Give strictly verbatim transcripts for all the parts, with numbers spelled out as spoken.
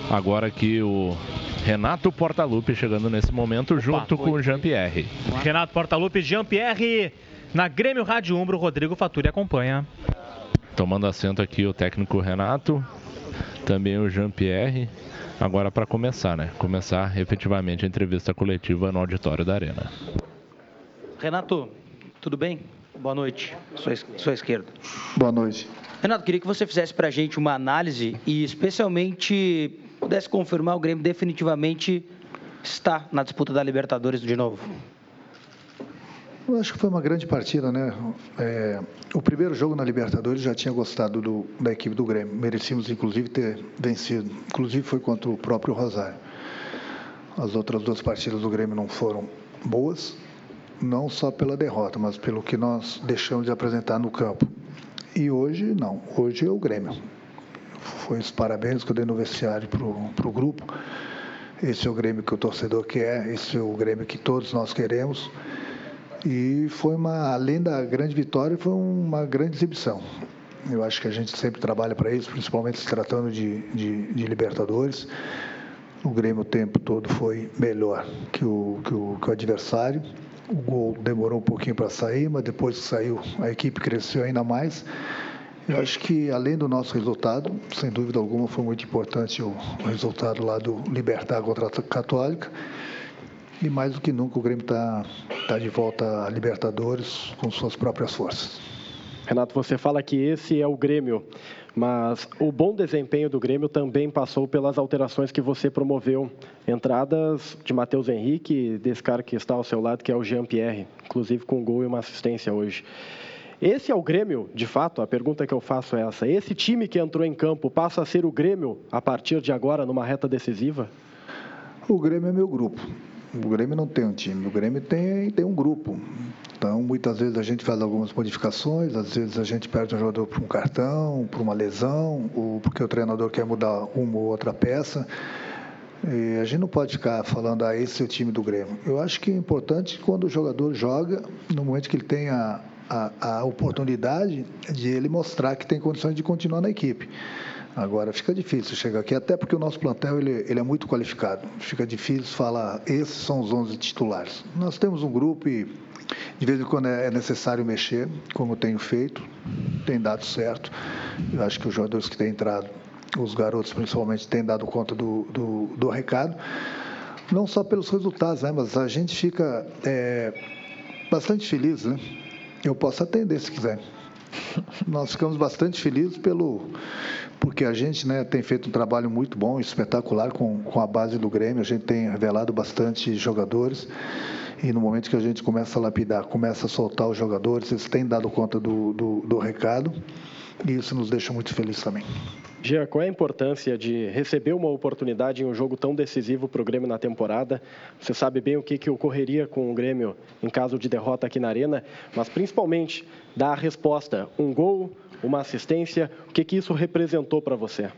Agora aqui o Renato Portaluppi chegando nesse momento. Opa, junto com o Jean-Pierre. Renato Portaluppi, Jean-Pierre na Grêmio Rádio Umbro. Rodrigo Faturi acompanha. Tomando assento aqui o técnico Renato, também o Jean-Pierre. Agora para começar, né? Começar efetivamente a entrevista coletiva no auditório da Arena. Renato, tudo bem? Boa noite. Sua, sua esquerda. Boa noite. Renato, queria que você fizesse para a gente uma análise e especialmente pudesse confirmar o Grêmio definitivamente está na disputa da Libertadores de novo. Eu acho que foi uma grande partida, né? É, o primeiro jogo na Libertadores já tinha gostado do, da equipe do Grêmio. Merecíamos, inclusive, ter vencido. Inclusive, foi contra o próprio Rosário. As outras duas partidas do Grêmio não foram boas, não só pela derrota, mas pelo que nós deixamos de apresentar no campo. E hoje, não. Hoje é o Grêmio. Foi os parabéns que eu dei no vestiário para o grupo. Esse é o Grêmio que o torcedor quer, esse é o Grêmio que todos nós queremos. E foi uma, além da grande vitória, foi uma grande exibição. Eu acho que a gente sempre trabalha para isso, principalmente se tratando de, de, de Libertadores. O Grêmio o tempo todo foi melhor que o, que o, que o adversário. O gol demorou um pouquinho para sair, mas depois que saiu, a equipe cresceu ainda mais. Eu acho que, além do nosso resultado, sem dúvida alguma, foi muito importante o, o resultado lá do Libertad contra a Católica. E mais do que nunca o Grêmio está tá de volta à Libertadores com suas próprias forças. Renato, você fala que esse é o Grêmio, mas o bom desempenho do Grêmio também passou pelas alterações que você promoveu. Entradas de Matheus Henrique, desse cara que está ao seu lado, que é o Jean-Pierre, inclusive com um gol e uma assistência hoje. Esse é o Grêmio, de fato? A pergunta que eu faço é essa. Esse time que entrou em campo passa a ser o Grêmio a partir de agora, numa reta decisiva? O Grêmio é meu grupo. O Grêmio não tem um time, o Grêmio tem, tem um grupo. Então, muitas vezes a gente faz algumas modificações, às vezes a gente perde um jogador por um cartão, por uma lesão, ou porque o treinador quer mudar uma ou outra peça. E a gente não pode ficar falando, ah, esse é o time do Grêmio. Eu acho que é importante quando o jogador joga, no momento que ele tem a, a, a oportunidade de ele mostrar que tem condições de continuar na equipe. Agora, fica difícil chegar aqui, até porque o nosso plantel ele, ele é muito qualificado. Fica difícil falar, esses são os onze titulares. Nós temos um grupo e, de vez em quando, é necessário mexer, como eu tenho feito, tem dado certo. Eu acho que os jogadores que têm entrado, os garotos principalmente, têm dado conta do, do, do recado. Não só pelos resultados, né, mas a gente fica é, bastante feliz, né? Eu posso atender se quiser. Nós ficamos bastante felizes pelo, porque a gente, né, tem feito um trabalho muito bom, espetacular com, com a base do Grêmio. A gente tem revelado bastante jogadores e no momento que a gente começa a lapidar, começa a soltar os jogadores, eles têm dado conta do, do, do recado e isso nos deixa muito felizes também. Jean, qual é a importância de receber uma oportunidade em um jogo tão decisivo para o Grêmio na temporada? Você sabe bem o que, que ocorreria com o Grêmio em caso de derrota aqui na Arena, mas principalmente dar a resposta, um gol, uma assistência, o que, que isso representou para você?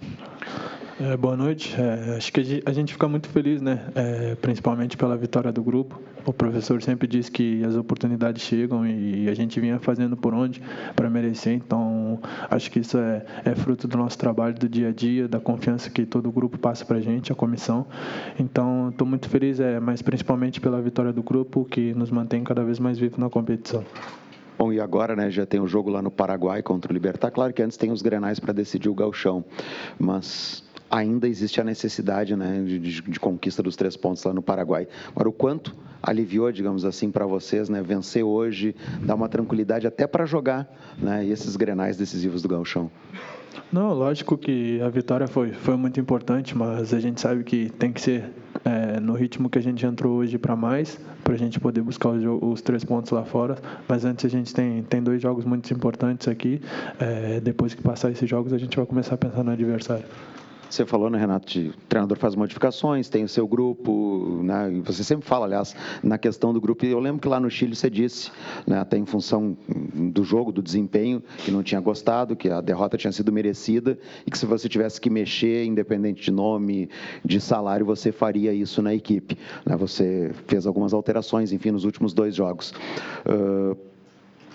É, boa noite. É, acho que a gente fica muito feliz, né? É, principalmente pela vitória do grupo. O professor sempre diz que as oportunidades chegam e a gente vinha fazendo por onde para merecer. Então, acho que isso é, é fruto do nosso trabalho do dia a dia, da confiança que todo o grupo passa para a gente, a comissão. Então, estou muito feliz, é, mas principalmente pela vitória do grupo, que nos mantém cada vez mais vivos na competição. Bom, e agora, né, já tem o jogo lá no Paraguai contra o Libertad. Claro que antes tem os Grenais para decidir o gauchão, mas ainda existe a necessidade, né, de, de, de conquista dos três pontos lá no Paraguai. Agora, o quanto aliviou, digamos assim, para vocês, né, vencer hoje, dar uma tranquilidade até para jogar, né, esses Grenais decisivos do gauchão? Não, lógico que a vitória foi, foi muito importante, mas a gente sabe que tem que ser é, no ritmo que a gente entrou hoje para mais, para a gente poder buscar os, os três pontos lá fora. Mas antes a gente tem, tem dois jogos muito importantes aqui. É, depois que passar esses jogos, a gente vai começar a pensar no adversário. Você falou, né, Renato, de o treinador faz modificações, tem o seu grupo, né, e você sempre fala, aliás, na questão do grupo. E eu lembro que lá no Chile você disse, né, até em função do jogo, do desempenho, que não tinha gostado, que a derrota tinha sido merecida e que se você tivesse que mexer, independente de nome, de salário, você faria isso na equipe. Né, você fez algumas alterações, enfim, nos últimos dois jogos. Uh,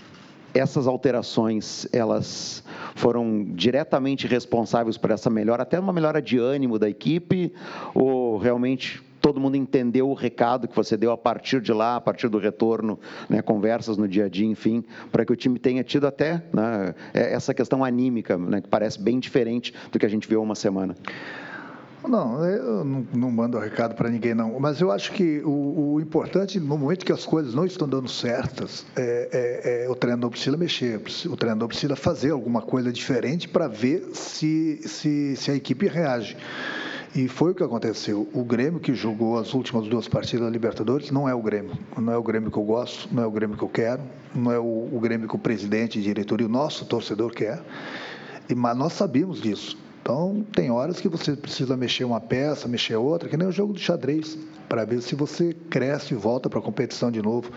essas alterações, elas foram diretamente responsáveis por essa melhora, até uma melhora de ânimo da equipe, ou realmente todo mundo entendeu o recado que você deu a partir de lá, a partir do retorno, né, conversas no dia a dia, enfim, para que o time tenha tido até, né, essa questão anímica, né, que parece bem diferente do que a gente viu há uma semana? Não, eu não, não mando recado para ninguém, não. Mas eu acho que o, o importante, no momento que as coisas não estão dando certas, é, é, é, o treinador precisa mexer, o treinador precisa fazer alguma coisa diferente para ver se, se, se a equipe reage. E foi o que aconteceu. O Grêmio que jogou as últimas duas partidas da Libertadores não é o Grêmio. Não é o Grêmio que eu gosto, não é o Grêmio que eu quero, não é o, o Grêmio que o presidente, diretoria, o nosso torcedor quer. E, mas nós sabíamos disso. Então, tem horas que você precisa mexer uma peça, mexer outra, que nem o jogo do xadrez, para ver se você cresce e volta para a competição de novo.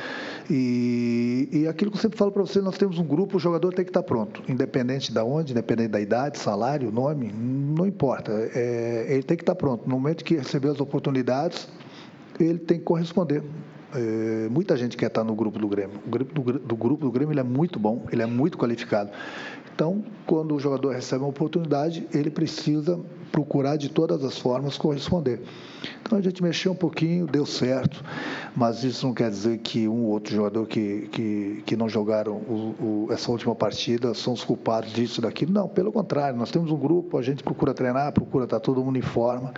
E, e aquilo que eu sempre falo para você, nós temos um grupo, o jogador tem que estar pronto, independente de onde, independente da idade, salário, nome, não importa. É, ele tem que estar pronto. No momento que receber as oportunidades, ele tem que corresponder. É, muita gente quer estar no grupo do Grêmio. O grupo do, do grupo do Grêmio ele é muito bom, ele é muito qualificado. Então, quando o jogador recebe uma oportunidade, ele precisa procurar de todas as formas corresponder. Então, a gente mexeu um pouquinho, deu certo, mas isso não quer dizer que um ou outro jogador que, que, que não jogaram o, o, essa última partida são os culpados disso, daquilo. Não, pelo contrário, nós temos um grupo, a gente procura treinar, procura estar todo mundo em forma,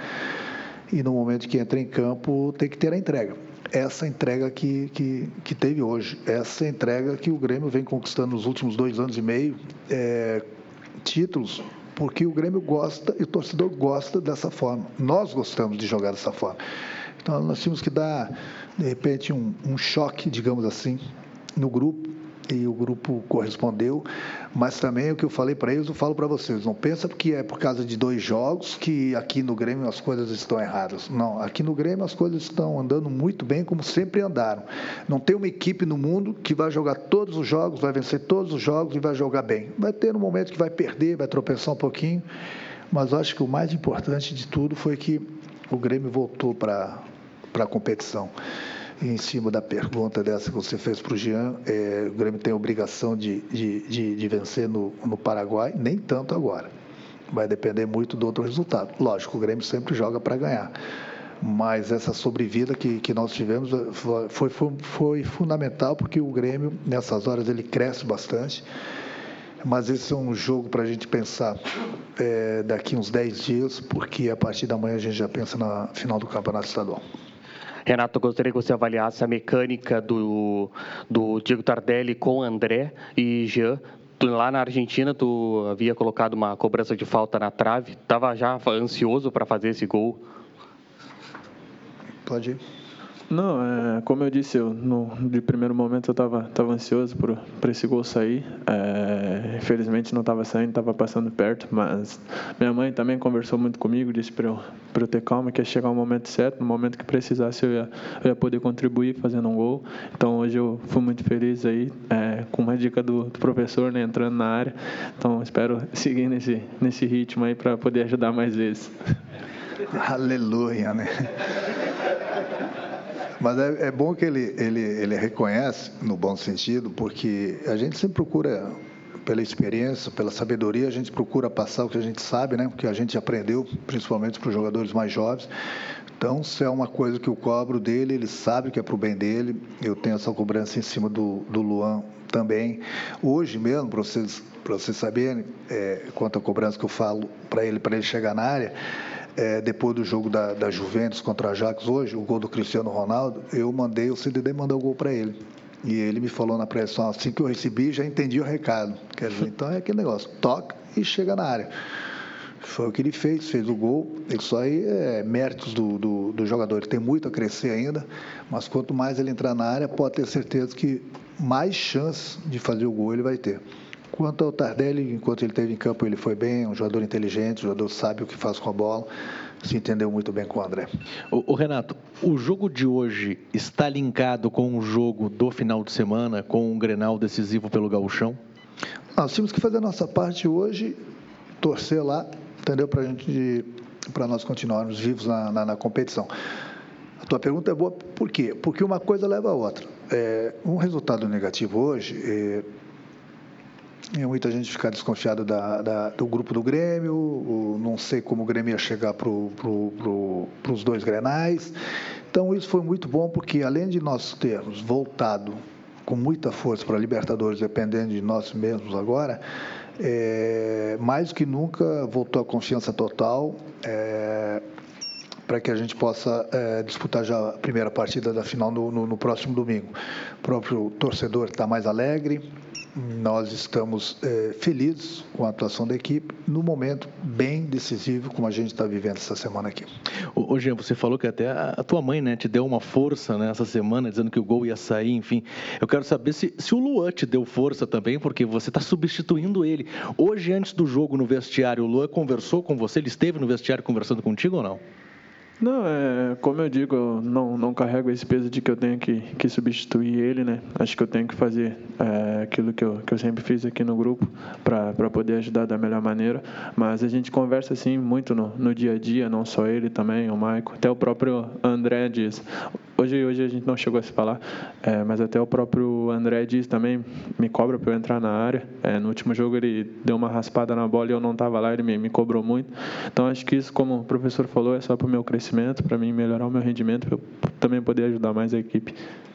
e no momento que entra em campo, tem que ter a entrega. Essa entrega que, que, que teve hoje, essa entrega que o Grêmio vem conquistando nos últimos dois anos e meio, é, títulos, porque o Grêmio gosta e o torcedor gosta dessa forma. Nós gostamos de jogar dessa forma. Então, nós tínhamos que dar, de repente, um, um choque, digamos assim, no grupo, e o grupo correspondeu, mas também o que eu falei para eles, eu falo para vocês, não pensa que é por causa de dois jogos que aqui no Grêmio as coisas estão erradas. Não, aqui no Grêmio as coisas estão andando muito bem, como sempre andaram. Não tem uma equipe no mundo que vai jogar todos os jogos, vai vencer todos os jogos e vai jogar bem. Vai ter um momento que vai perder, vai tropeçar um pouquinho, mas eu acho que o mais importante de tudo foi que o Grêmio voltou para a competição. Em cima da pergunta dessa que você fez para o Jean, é, o Grêmio tem a obrigação de, de, de, de vencer no, no Paraguai, nem tanto agora. Vai depender muito do outro resultado. Lógico, o Grêmio sempre joga para ganhar, mas essa sobrevida que, que nós tivemos foi, foi, foi fundamental, porque o Grêmio, nessas horas, ele cresce bastante. Mas esse é um jogo para a gente pensar é, daqui uns dez dias, porque a partir da manhã a gente já pensa na final do Campeonato Estadual. Renato, eu gostaria que você avaliasse a mecânica do, do Diego Tardelli com André e Jean. Tu, lá na Argentina, tu havia colocado uma cobrança de falta na trave. Estava já ansioso para fazer esse gol? Pode ir. Não, é, como eu disse, eu, no, de primeiro momento eu estava tava ansioso por, por esse gol sair. É, infelizmente não estava saindo, estava passando perto, mas minha mãe também conversou muito comigo, disse para eu, para eu ter calma, que ia chegar o momento certo, no momento que precisasse eu ia, eu ia poder contribuir fazendo um gol. Então hoje eu fui muito feliz aí, é, com uma dica do, do professor, né, entrando na área. Então espero seguir nesse, nesse ritmo aí para poder ajudar mais vezes. Aleluia, né? Mas é, é bom que ele, ele, ele reconhece, no bom sentido, porque a gente sempre procura, pela experiência, pela sabedoria, a gente procura passar o que a gente sabe, né? O que a gente aprendeu, principalmente para os jogadores mais jovens. Então, se é uma coisa que eu cobro dele, ele sabe que é para o bem dele. Eu tenho essa cobrança em cima do, do Luan também. Hoje mesmo, para vocês, para vocês saberem, é, quanto à cobrança que eu falo para ele, para ele chegar na área, É, depois do jogo da, da Juventus contra a Ajax hoje, o gol do Cristiano Ronaldo, eu mandei, o C D D mandou o gol para ele. E ele me falou na pressão, assim que eu recebi, já entendi o recado. Quer dizer, então é aquele negócio, toca e chega na área. Foi o que ele fez, fez o gol. Isso aí é méritos do, do, do jogador. Ele tem muito a crescer ainda, mas quanto mais ele entrar na área, pode ter certeza que mais chance de fazer o gol ele vai ter. Quanto ao Tardelli, enquanto ele esteve em campo, ele foi bem, um jogador inteligente, um jogador sabe o que faz com a bola, se entendeu muito bem com o André. O, o Renato, o jogo de hoje está linkado com o jogo do final de semana, com um Grenal decisivo pelo Gauchão? Nós tínhamos que fazer a nossa parte hoje, torcer lá, entendeu? Para gente, para nós continuarmos vivos na, na, na competição. A tua pergunta é boa, por quê? Porque uma coisa leva a outra. É, um resultado negativo hoje... É, E muita gente fica desconfiado da, da, do grupo do Grêmio, o, não sei como o Grêmio ia chegar para pro, pro, pro, os dois Grenais. Então, isso foi muito bom, porque além de nós termos voltado com muita força para a Libertadores, dependendo de nós mesmos agora, é, mais do que nunca voltou a confiança total, é, para que a gente possa é, disputar já a primeira partida da final no, no, no próximo domingo. O próprio torcedor está mais alegre, nós estamos é, felizes com a atuação da equipe no momento bem decisivo como a gente está vivendo essa semana aqui. Ô, Jean, você falou que até a tua mãe, né, te deu uma força, né, essa semana, dizendo que o gol ia sair, enfim. Eu quero saber se, se o Luan te deu força também, porque você está substituindo ele. Hoje, antes do jogo no vestiário, o Luan conversou com você? Ele esteve no vestiário conversando contigo ou não? Não, é, como eu digo, eu não, não carrego esse peso de que eu tenho que, que substituir ele, né? Acho que eu tenho que fazer é, aquilo que eu, que eu sempre fiz aqui no grupo para poder ajudar da melhor maneira. Mas a gente conversa, assim, muito no, no dia a dia, não só ele também, o Maico. Até o próprio André diz... Hoje, hoje a gente não chegou a se falar, é, mas até o próprio André diz também, me cobra para eu entrar na área. É, no último jogo ele deu uma raspada na bola e eu não estava lá, ele me, me cobrou muito. Então acho que isso, como o professor falou, é só para o meu crescimento, para mim melhorar o meu rendimento, para eu também poder ajudar mais a equipe.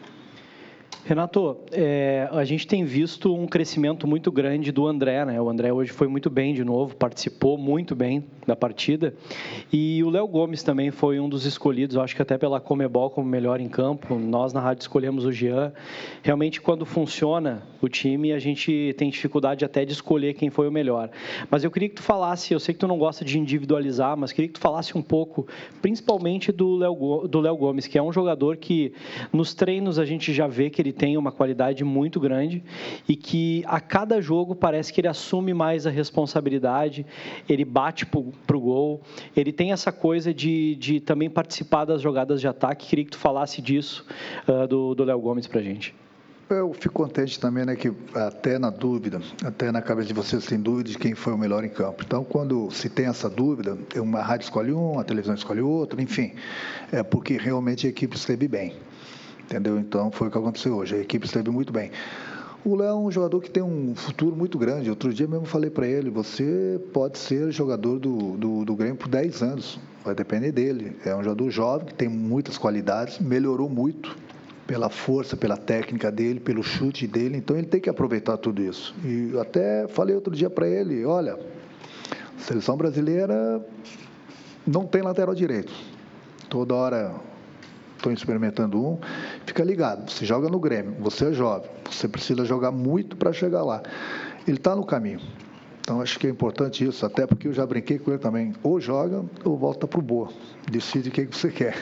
Renato, é, a gente tem visto um crescimento muito grande do André, né? O André hoje foi muito bem de novo, participou muito bem da partida. E o Léo Gomes também foi um dos escolhidos, acho que até pela Comebol como melhor em campo. Nós na rádio escolhemos o Jean. Realmente, quando funciona o time, a gente tem dificuldade até de escolher quem foi o melhor. Mas eu queria que tu falasse, eu sei que tu não gosta de individualizar, mas queria que tu falasse um pouco, principalmente do Léo, do Léo Gomes, que é um jogador que nos treinos a gente já vê que ele tem uma qualidade muito grande e que a cada jogo parece que ele assume mais a responsabilidade, ele bate para o gol, ele tem essa coisa de, de também participar das jogadas de ataque. Queria que tu falasse disso, uh, do Léo Gomes para a gente. Eu fico contente também, né, que até na dúvida, até na cabeça de vocês tem dúvida de quem foi o melhor em campo. Então, quando se tem essa dúvida, uma rádio escolhe um, a televisão escolhe outro, enfim, é porque realmente a equipe esteve bem. Entendeu? Então, foi o que aconteceu hoje. A equipe esteve muito bem. O Léo é um jogador que tem um futuro muito grande. Outro dia mesmo falei para ele, você pode ser jogador do, do, do Grêmio por dez anos. Vai depender dele. É um jogador jovem, que tem muitas qualidades, melhorou muito pela força, pela técnica dele, pelo chute dele. Então, ele tem que aproveitar tudo isso. E eu até falei outro dia para ele, olha, a seleção brasileira não tem lateral direito. Toda hora... Estou experimentando um, fica ligado, você joga no Grêmio, você é jovem, você precisa jogar muito para chegar lá. Ele está no caminho. Então, acho que é importante isso, até porque eu já brinquei com ele também. Ou joga, ou volta para o boa. Decide o que você quer.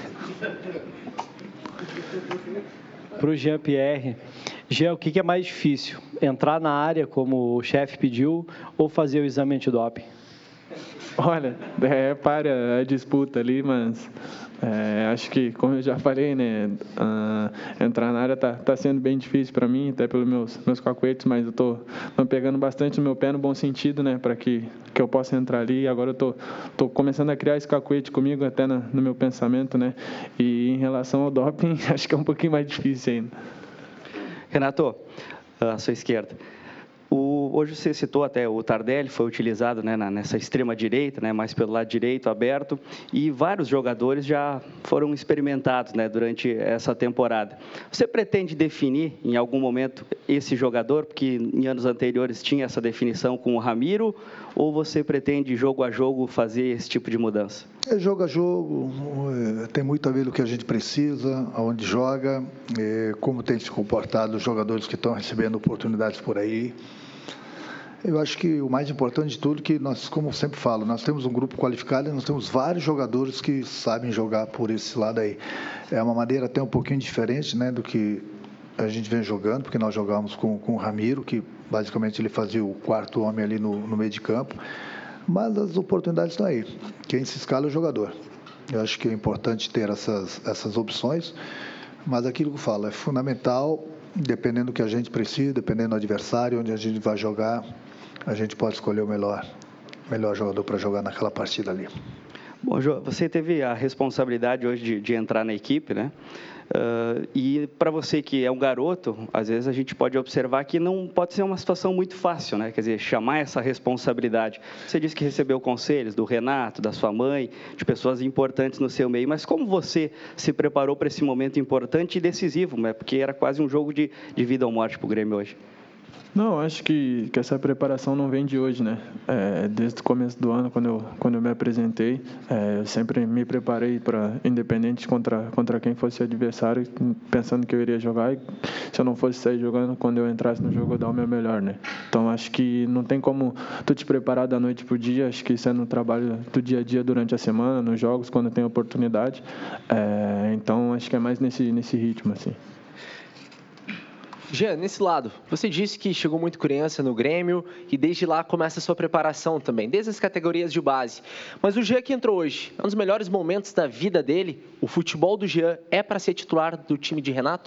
Para o Jean-Pierre. Jean, o que é mais difícil? Entrar na área, como o chefe pediu, ou fazer o exame antidoping? Olha, é para a disputa ali, mas é, acho que, como eu já falei, né, uh, entrar na área está tá sendo bem difícil para mim, até pelos meus, meus cacuetes, mas eu estou pegando bastante no meu pé no bom sentido, né, para que, que eu possa entrar ali. E agora eu estou tô, tô começando a criar esse cacuete comigo, até na, no meu pensamento, né, e em relação ao doping, acho que é um pouquinho mais difícil ainda. Renato, à sua esquerda. O, hoje você citou até o Tardelli, foi utilizado, né, na, nessa extrema-direita, né, mais pelo lado direito, aberto, e vários jogadores já foram experimentados, né, durante essa temporada. Você pretende definir, em algum momento, esse jogador, porque em anos anteriores tinha essa definição com o Ramiro, ou você pretende, jogo a jogo, fazer esse tipo de mudança? É jogo a jogo, tem muito a ver com o que a gente precisa, aonde joga, como tem se comportado os jogadores que estão recebendo oportunidades por aí. Eu acho que o mais importante de tudo é que nós, como eu sempre falo, nós temos um grupo qualificado e nós temos vários jogadores que sabem jogar por esse lado aí. É uma maneira até um pouquinho diferente, né, do que a gente vem jogando, porque nós jogamos com, com o Ramiro, que basicamente ele fazia o quarto homem ali no, no meio de campo. Mas as oportunidades estão aí. Quem se escala é o jogador. Eu acho que é importante ter essas, essas opções, mas aquilo que eu falo, é fundamental, dependendo do que a gente precisa, dependendo do adversário, onde a gente vai jogar, a gente pode escolher o melhor, melhor jogador para jogar naquela partida ali. Bom, Jô, você teve a responsabilidade hoje de, de entrar na equipe, né? Uh, e para você que é um garoto, às vezes a gente pode observar que não pode ser uma situação muito fácil, né? Quer dizer, chamar essa responsabilidade. Você disse que recebeu conselhos do Renato, da sua mãe, de pessoas importantes no seu meio, mas como você se preparou para esse momento importante e decisivo, né? Porque era quase um jogo de, de vida ou morte para o Grêmio hoje? Não, acho que, que essa preparação não vem de hoje, né? É, desde o começo do ano, quando eu, quando eu me apresentei, é, eu sempre me preparei para, independente contra, contra quem fosse o adversário, pensando que eu iria jogar e se eu não fosse sair jogando, quando eu entrasse no jogo, eu dar o meu melhor, né? Então, acho que não tem como tu te preparar da noite para o dia, acho que isso é no trabalho do dia a dia durante a semana, nos jogos, quando tem oportunidade. É, então, acho que é mais nesse, nesse ritmo, assim. Jean, nesse lado, você disse que chegou muito criança no Grêmio e desde lá começa a sua preparação também, desde as categorias de base. Mas o Jean que entrou hoje, é um dos melhores momentos da vida dele? O futebol do Jean é para ser titular do time de Renato?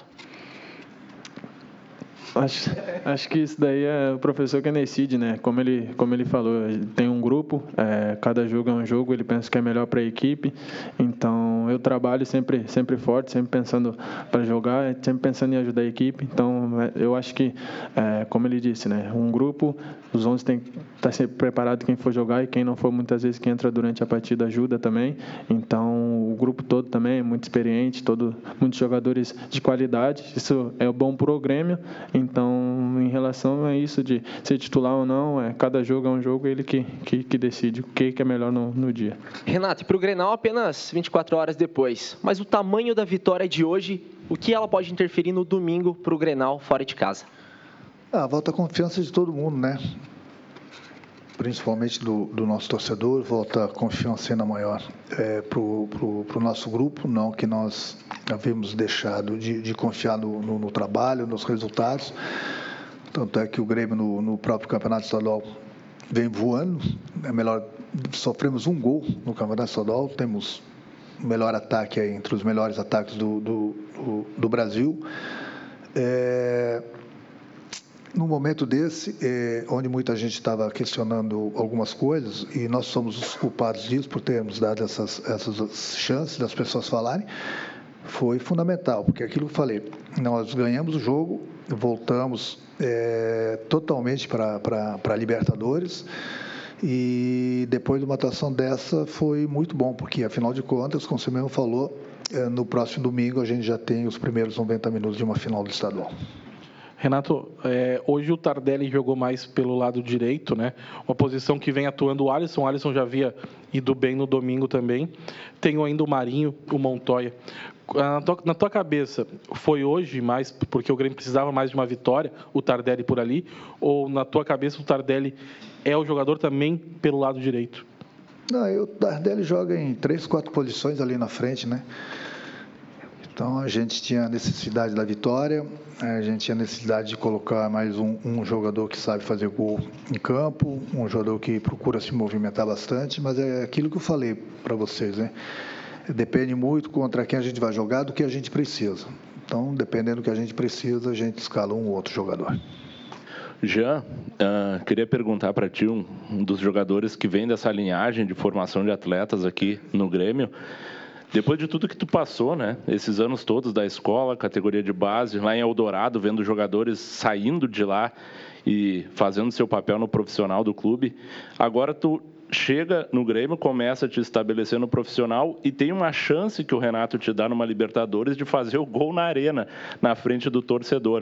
Acho, acho que isso daí é o professor que decide, né? Como ele, como ele falou, tem um grupo, é, cada jogo é um jogo, ele pensa que é melhor para a equipe. Então, eu trabalho sempre, sempre forte, sempre pensando para jogar, sempre pensando em ajudar a equipe. Então, eu acho que, é, como ele disse, né? Um grupo, os onze tem que estar sempre preparado quem for jogar e quem não for, muitas vezes, que entra durante a partida ajuda também. Então, o grupo todo também é muito experiente, todo, muitos jogadores de qualidade. Isso é bom para o Grêmio. Então, em relação a isso de ser titular ou não, é, cada jogo é um jogo, ele que, que, que decide o que, que é melhor no, no dia. Renato, e para o Grenal apenas vinte e quatro horas depois, mas o tamanho da vitória de hoje, o que ela pode interferir no domingo para o Grenal fora de casa? Ah, volta a confiança de todo mundo, né? Principalmente do, do nosso torcedor, volta a confiança ainda maior é, para o nosso grupo, não que nós havíamos deixado de, de confiar no, no, no trabalho, nos resultados. Tanto é que o Grêmio no, no próprio Campeonato Estadual vem voando, é melhor, sofremos um gol no Campeonato Estadual, temos o melhor ataque aí, entre os melhores ataques do, do, do, do Brasil. É, Num momento desse, eh, onde muita gente estava questionando algumas coisas, e nós somos os culpados disso, por termos dado essas, essas chances das pessoas falarem, foi fundamental, porque aquilo que eu falei, nós ganhamos o jogo, voltamos eh, totalmente para a Libertadores, e depois de uma atuação dessa foi muito bom, porque, afinal de contas, como você mesmo falou, eh, no próximo domingo a gente já tem os primeiros noventa minutos de uma final do estadual. Renato, é, hoje o Tardelli jogou mais pelo lado direito, né? Uma posição que vem atuando o Alisson. O Alisson já havia ido bem no domingo também. Tenho ainda o Marinho, o Montoya. Na tua, na tua cabeça, foi hoje mais porque o Grêmio precisava mais de uma vitória, o Tardelli por ali? Ou na tua cabeça o Tardelli é o jogador também pelo lado direito? Não, o Tardelli joga em três, quatro posições ali na frente, né? Então, a gente tinha necessidade da vitória, a gente tinha necessidade de colocar mais um, um jogador que sabe fazer gol em campo, um jogador que procura se movimentar bastante, mas é aquilo que eu falei para vocês, né? Depende muito contra quem a gente vai jogar do que a gente precisa. Então, dependendo do que a gente precisa, a gente escala um ou outro jogador. Jean, uh, queria perguntar para ti, um, um dos jogadores que vem dessa linhagem de formação de atletas aqui no Grêmio. Depois de tudo que tu passou, né, esses anos todos da escola, categoria de base, lá em Eldorado, vendo jogadores saindo de lá e fazendo seu papel no profissional do clube, agora tu chega no Grêmio, começa a te estabelecer no profissional e tem uma chance que o Renato te dá numa Libertadores de fazer o gol na arena, na frente do torcedor.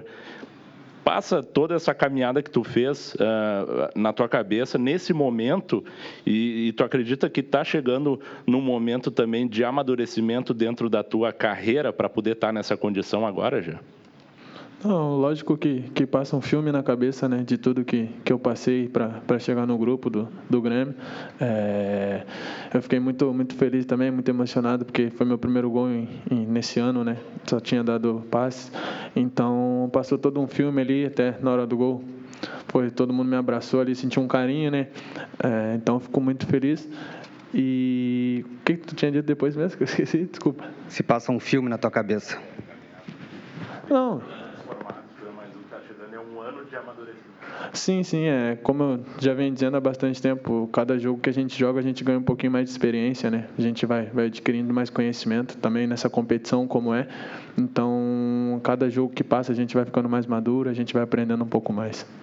Passa toda essa caminhada que tu fez uh, na tua cabeça nesse momento e, e tu acredita que está chegando num momento também de amadurecimento dentro da tua carreira para poder estar tá nessa condição agora, já? Não, lógico que, que passa um filme na cabeça, né, de tudo que, que eu passei para chegar no grupo do, do Grêmio. É, eu fiquei muito, muito feliz também, muito emocionado, porque foi meu primeiro gol em, em, nesse ano, né? Só tinha dado passe. Então, passou todo um filme ali, até na hora do gol. Foi, todo mundo me abraçou ali, sentiu um carinho, né? É, então, fico muito feliz. E o que, que tu tinha dito depois mesmo? Que eu esqueci, desculpa. Se passa um filme na tua cabeça. Não. ano de amadurecimento. Sim, sim, é. Como eu já venho dizendo há bastante tempo, cada jogo que a gente joga, a gente ganha um pouquinho mais de experiência, né? A gente vai, vai adquirindo mais conhecimento também nessa competição, como é. Então, cada jogo que passa, a gente vai ficando mais maduro, a gente vai aprendendo um pouco mais.